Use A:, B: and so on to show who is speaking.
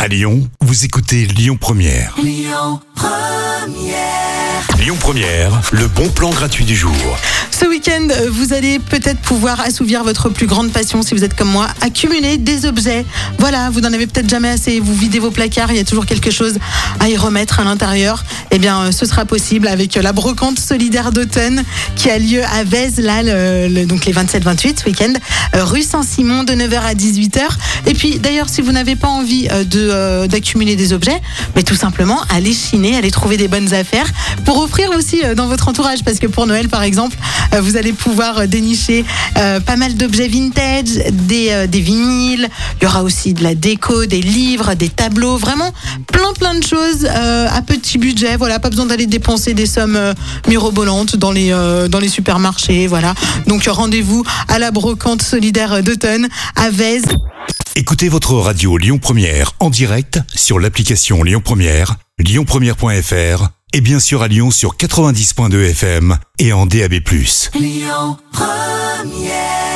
A: À Lyon, vous écoutez Lyon Première.
B: Lyon Première.
A: Lyon Première, le bon plan gratuit du jour.
C: Ce week-end, vous allez peut-être pouvoir assouvir votre plus grande passion si vous êtes comme moi, accumuler des objets. Voilà, vous n'en avez peut-être jamais assez, vous videz vos placards, il y a toujours quelque chose à y remettre à l'intérieur. Eh bien, ce sera possible avec la brocante solidaire d'automne qui a lieu à Vèze, là, donc les 27-28 ce week-end, rue Saint-Simon de 9h à 18h. Et puis, d'ailleurs, si vous n'avez pas envie d'accumuler des objets, mais tout simplement, allez chiner, allez trouver des bonnes affaires pour offrir aussi dans votre entourage. Parce que pour Noël, par exemple, vous allez pouvoir dénicher pas mal d'objets vintage, des vinyles, il y aura aussi de la déco, des livres, des tableaux, vraiment plein de choses à petit budget. Voilà, pas besoin d'aller dépenser des sommes mirobolantes dans les supermarchés. Voilà, donc rendez-vous à la brocante solidaire d'automne à Vèze.
A: Écoutez votre radio Lyon Première en direct sur l'application Lyon Première, lyonpremière.fr et bien sûr à Lyon sur 90.2 FM et en DAB+.
B: Lyon Première.